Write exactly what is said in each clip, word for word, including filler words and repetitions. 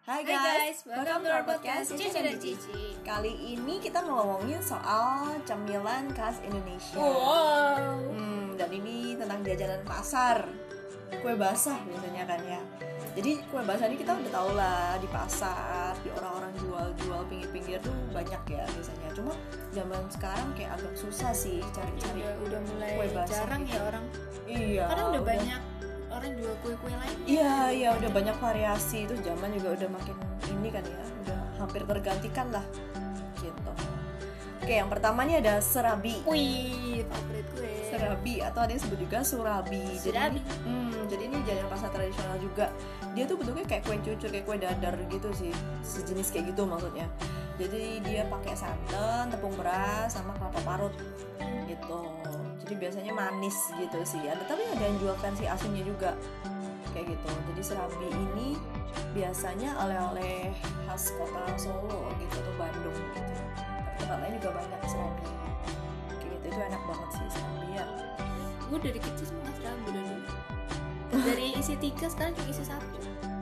Hai Hai guys, guys, welcome to our podcast Cici dan Cici. Kali ini kita mau ngomongin soal cemilan khas Indonesia. Wow. Hmm, dan ini tentang jajanan pasar, kue basah biasanya kan ya. Jadi kue basah ini kita udah tau lah di pasar, di orang-orang jual-jual pinggir-pinggir tuh banyak ya biasanya. Cuma zaman sekarang kayak agak susah sih cari-cari Udah, udah mulai kue basah jarang gitu. ya orang. Iya. Karena udah, banyak orang jual kue-kue lain. Iya, iya udah banyak variasi. Terus zaman juga udah makin ini kan ya, udah hampir tergantikan lah gitu. Oke, yang pertama nih ada serabi. Wih, favorit gue. Serabi atau ada yang sebut juga surabi. Jadi Surabi. ini, hmm, jadi ini jajanan pasar tradisional juga. Dia tuh bentuknya kayak kue cucur, kayak kue dadar gitu sih, sejenis kayak gitu maksudnya. Jadi dia pakai santan, tepung beras, sama kelapa parut gitu. Jadi biasanya manis gitu sih. Ada tapi ada yang jual versi asinnya juga kayak gitu. Jadi serabi ini biasanya oleh-oleh khas kota Solo gitu atau Bandung gitu. Tapi tempat lain juga banyak serabi kayak gitu. Itu enak banget sih serabi ya. Gue dari kecil cuma serabi dulu. Dari isi tiga sekarang cuma isi satu.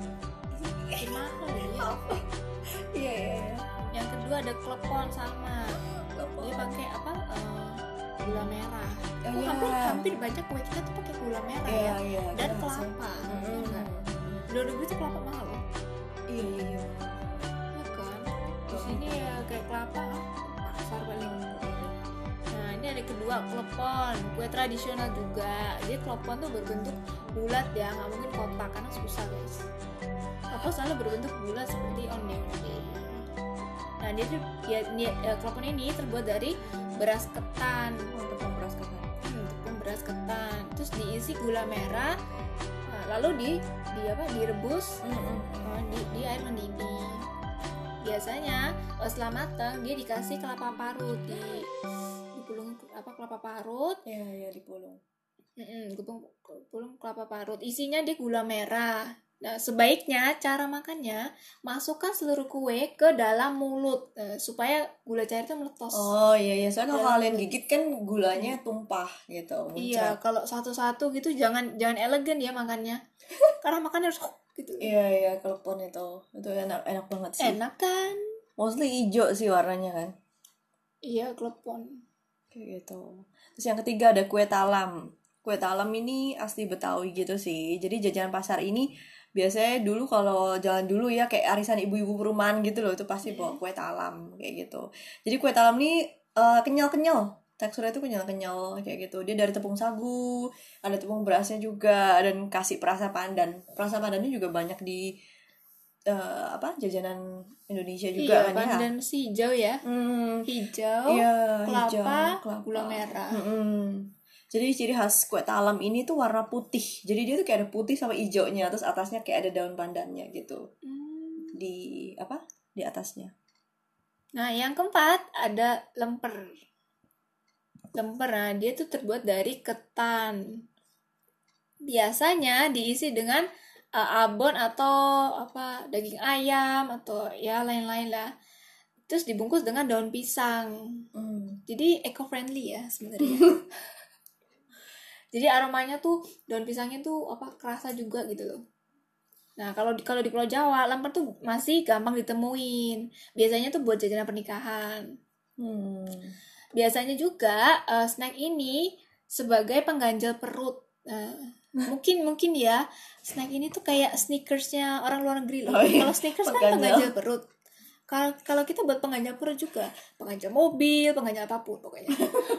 Isi mahal ya. Iya iya iya. Yang kedua ada klepon sama. Dia pakai apa? eh, gula merah. Oh, Oh, iya. hampir hampir banyak kue kita tuh pakai gula merah Iya ya. iya. Dan jelas ya. kelapa. Hmm. Iya nggak? Dua-dua itu kelapa mahal loh. Iya iya iya. Ya kan? Terus ini ya kayak kelapa pasar paling. Nah ini ada kedua klepon, kue tradisional juga. Jadi klepon tuh berbentuk bulat ya, nggak mungkin kotak karena susah guys. Klepon selalu berbentuk bulat seperti onde-onde. Nah dia tuh ya, dia, ya, klepon ini terbuat dari beras ketan. Oh, tepung beras ketan. Hmm, tepung beras ketan. Terus diisi gula merah. Nah, lalu di di apa? Direbus uh, di, di air mendidih. Biasanya uh, setelah matang dia dikasih kelapa parut di dipulung apa kelapa parut. Iya iya dipulung. Mm-mm, gepung- pulung kelapa parut. Isinya dia gula merah. Nah, sebaiknya cara makannya masukkan seluruh kue ke dalam mulut eh, supaya gula cair itu meletos. Oh iya iya, soalnya kalau Dalam kalian mulut. gigit kan gulanya tumpah gitu, Iya, muncrat. kalau satu-satu gitu jangan jangan elegan ya makannya. Karena makannya harus gitu. Iya iya, klepon itu itu enak enak banget sih. Enak kan? Mostly hijau sih warnanya kan, Iya, klepon. kayak gitu. Terus yang ketiga ada kue talam. Kue talam ini asli Betawi gitu sih. Jadi jajanan pasar ini biasanya dulu kalau jalan dulu ya kayak arisan ibu-ibu perumahan gitu loh, itu pasti bawa kue talam kayak gitu. Jadi kue talam ini eh, kenyal-kenyal. Teksturnya itu kenyal-kenyal kayak gitu. Dia dari tepung sagu, ada tepung berasnya juga, dan kasih perasa pandan. Perasa pandannya juga banyak di eh, apa jajanan Indonesia juga Iya, kan ya. pandan si hijau ya. Hmm, Hijau, iya, kelapa, hijau, kelapa. gula merah. Mm-mm. Jadi ciri khas kue talam ini tuh warna putih. Jadi dia tuh kayak ada putih sama hijaunya, terus atasnya kayak ada daun pandannya gitu. Hmm. Di apa? Di atasnya. Nah, yang keempat ada lemper. Lemper, nah dia tuh terbuat dari ketan. Biasanya diisi dengan uh, abon atau apa daging ayam atau ya lain-lain lah. Terus dibungkus dengan daun pisang. Hmm. Jadi eco friendly ya sebenarnya. Jadi aromanya tuh daun pisangnya tuh apa kerasa juga gitu loh. Nah kalau di kalau di Pulau Jawa lemper tuh masih gampang ditemuin. Biasanya tuh buat jajanan pernikahan. Hmm. Biasanya juga uh, snack ini sebagai pengganjal perut. Nah, mungkin mungkin ya snack ini tuh kayak Snickersnya orang luar negeri loh. Oh, iya. Kalau Snickers kan Pengganjal. pengganjal perut. Kalau kalau kita buat pengganjal perut juga, pengganjal mobil, pengganjal apapun pokoknya.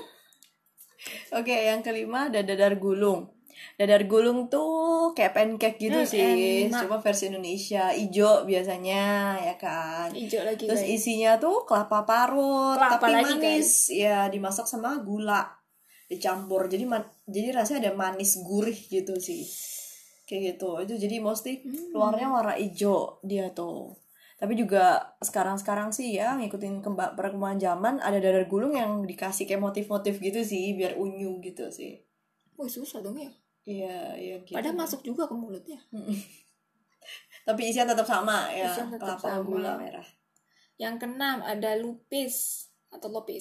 Oke, yang kelima ada dadar gulung. Dadar gulung tuh kayak pancake gitu Hmm, sih, enak. cuma versi Indonesia, ijo biasanya ya kan. Hijau lagi Terus guys. isinya tuh kelapa parut, Kelapa tapi lagi, manis. Ya, dimasak sama gula, dicampur. Jadi man- jadi rasanya ada manis gurih gitu sih. Kayak gitu. Itu jadi mostly luarnya warna hijau dia tuh. Tapi juga sekarang-sekarang sih ya ngikutin kemba- perkembangan zaman, ada dadar gulung yang dikasih kayak motif-motif gitu sih biar unyu gitu sih. Wih susah dong ya. Iya, iya gitu. Padahal masuk juga ke mulutnya. Tapi isinya tetap sama ya, Isinya tetap kelapa sama. gula merah. Yang keenam ada lupis atau lopis.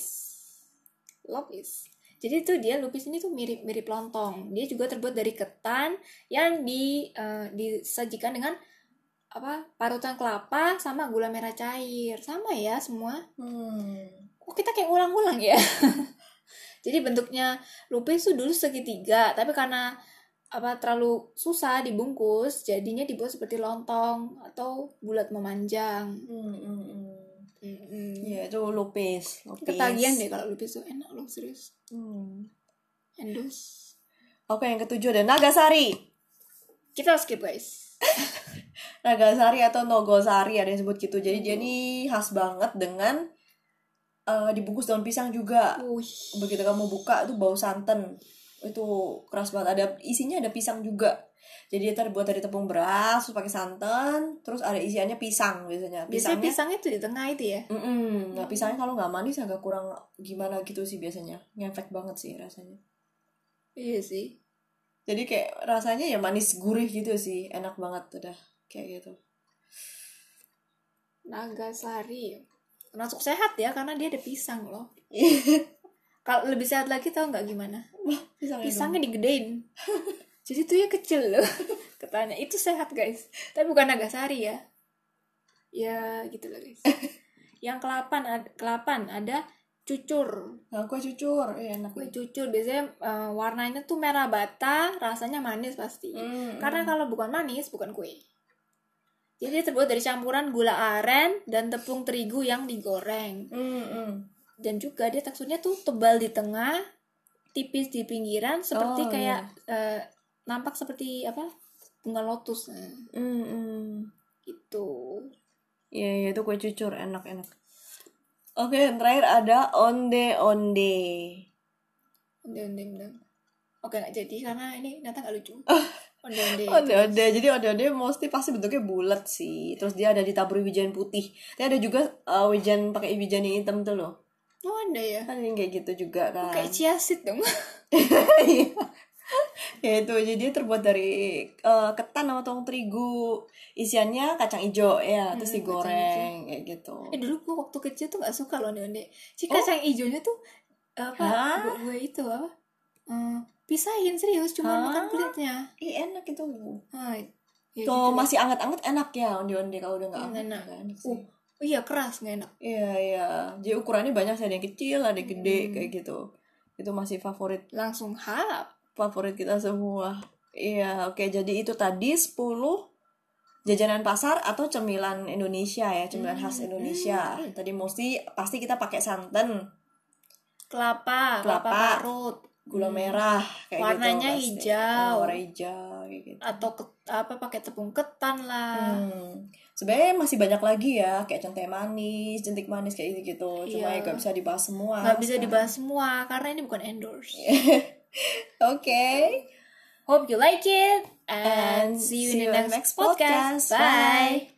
Lopis. Jadi tuh dia lupis ini tuh mirip-mirip lontong. Dia juga terbuat dari ketan yang di uh, disajikan dengan apa parutan kelapa sama gula merah cair. Sama ya semua. Hmm. Kok kita kayak ulang-ulang ya? Jadi bentuknya lupis tuh dulu segitiga, tapi karena apa terlalu susah dibungkus, jadinya dibuat seperti lontong atau bulat memanjang. Hmm, hmm, hmm. Mm-mm. Ya itu lupis. lupis. Ketagihan deh kalau lupis tuh enak loh serius. Hmm. Endus. Oke, yang ketujuh ada Nagasari. Kita skip guys. Nagasari atau Nogosari ada yang sebut gitu. Jadi dia ini khas banget dengan uh, dibungkus daun pisang juga. Uish. Begitu kamu buka tuh bau santan. Itu keras banget. Ada isinya ada pisang juga. Jadi dia terbuat dari tepung beras, terus pakai santan, terus ada isiannya pisang biasanya. Biasanya Pisangnya, pisangnya tuh di tengah itu ya. mm-mm. Nah pisangnya kalau nggak manis agak kurang gimana gitu sih biasanya. Ngefek banget sih rasanya. Iya sih. Jadi kayak rasanya ya manis gurih gitu sih, enak banget udah kayak gitu. Nagasari termasuk sehat ya karena dia ada pisang loh. Kalau lebih sehat lagi tau nggak gimana? Pisangnya, Pisangnya digedein. Jadi tuh ya kecil loh. Katanya itu sehat guys. Tapi bukan Nagasari ya. Ya gitu lah guys. Yang kelapan ada, kelapan ada cucur. Nah, kue cucur, eh, enak. Kue cucur biasanya uh, warnanya tuh merah bata, rasanya manis pasti. Mm, Karena kalau bukan manis bukan kue. Jadi terbuat dari campuran gula aren dan tepung terigu yang digoreng. mm, mm. Dan juga dia teksturnya tuh tebal di tengah, tipis di pinggiran, seperti Oh, kayak uh, nampak seperti apa bunga lotus. Nah, Mm, mm. itu. Iya, yeah, itu kue cucur, enak-enak. Oke, yang terakhir ada onde-onde. Onde-onde bener. Oke nggak jadi karena ini ternyata nggak lucu. Onde-onde. Onde-onde, jadi onde-onde mesti pasti bentuknya bulat sih. Terus dia ada ditaburi wijen putih. Tapi ada juga uh, wijen pakai wijen yang hitam tuh loh. Oh ada ya. Kan yang kayak gitu juga kan. Oh, kayak chia seed dong. Ya itu jadi dia terbuat dari uh, ketan sama tepung terigu, isiannya kacang hijau ya, terus Hmm, digoreng kayak gitu. Eh dulu gue waktu kecil tuh nggak suka loh onde-onde. Si kacang hijaunya tuh apa? Hah? Gue, gue itu apa? Hmm, pisahin serius, cuma Hah? makan kulitnya. Ih enak itu. Ah, ya Tuh gitu masih anget-anget enak ya onde-onde, kalau udah nggak Hmm, anget enak. nggak enak sih. Uh, oh iya keras nggak enak. Iya iya. Jadi ukurannya banyak sih, ada yang kecil, ada yang gede Hmm. kayak gitu. Itu masih favorit Langsung halap. favorit kita semua. Iya, oke. Jadi itu tadi sepuluh jajanan pasar atau cemilan Indonesia ya, cemilan khas Indonesia. Hmm. Tadi mesti pasti kita pakai santan, Kelapa, kelapa, Kelapa. parut, gula Hmm. merah kayak Warnanya gitu. pasti. hijau. Oh, warna hijau kayak gitu. atau ke, apa pakai tepung ketan lah. Hmm. Sebenarnya masih banyak lagi ya, kayak centai manis, jentik manis kayak gitu. Cuma Iya. ya gak bisa dibahas semua. Nggak bisa sekarang. dibahas semua karena ini bukan endorse. Oke. Hope you like it And and see you in the next, next podcast. podcast. Bye. Bye.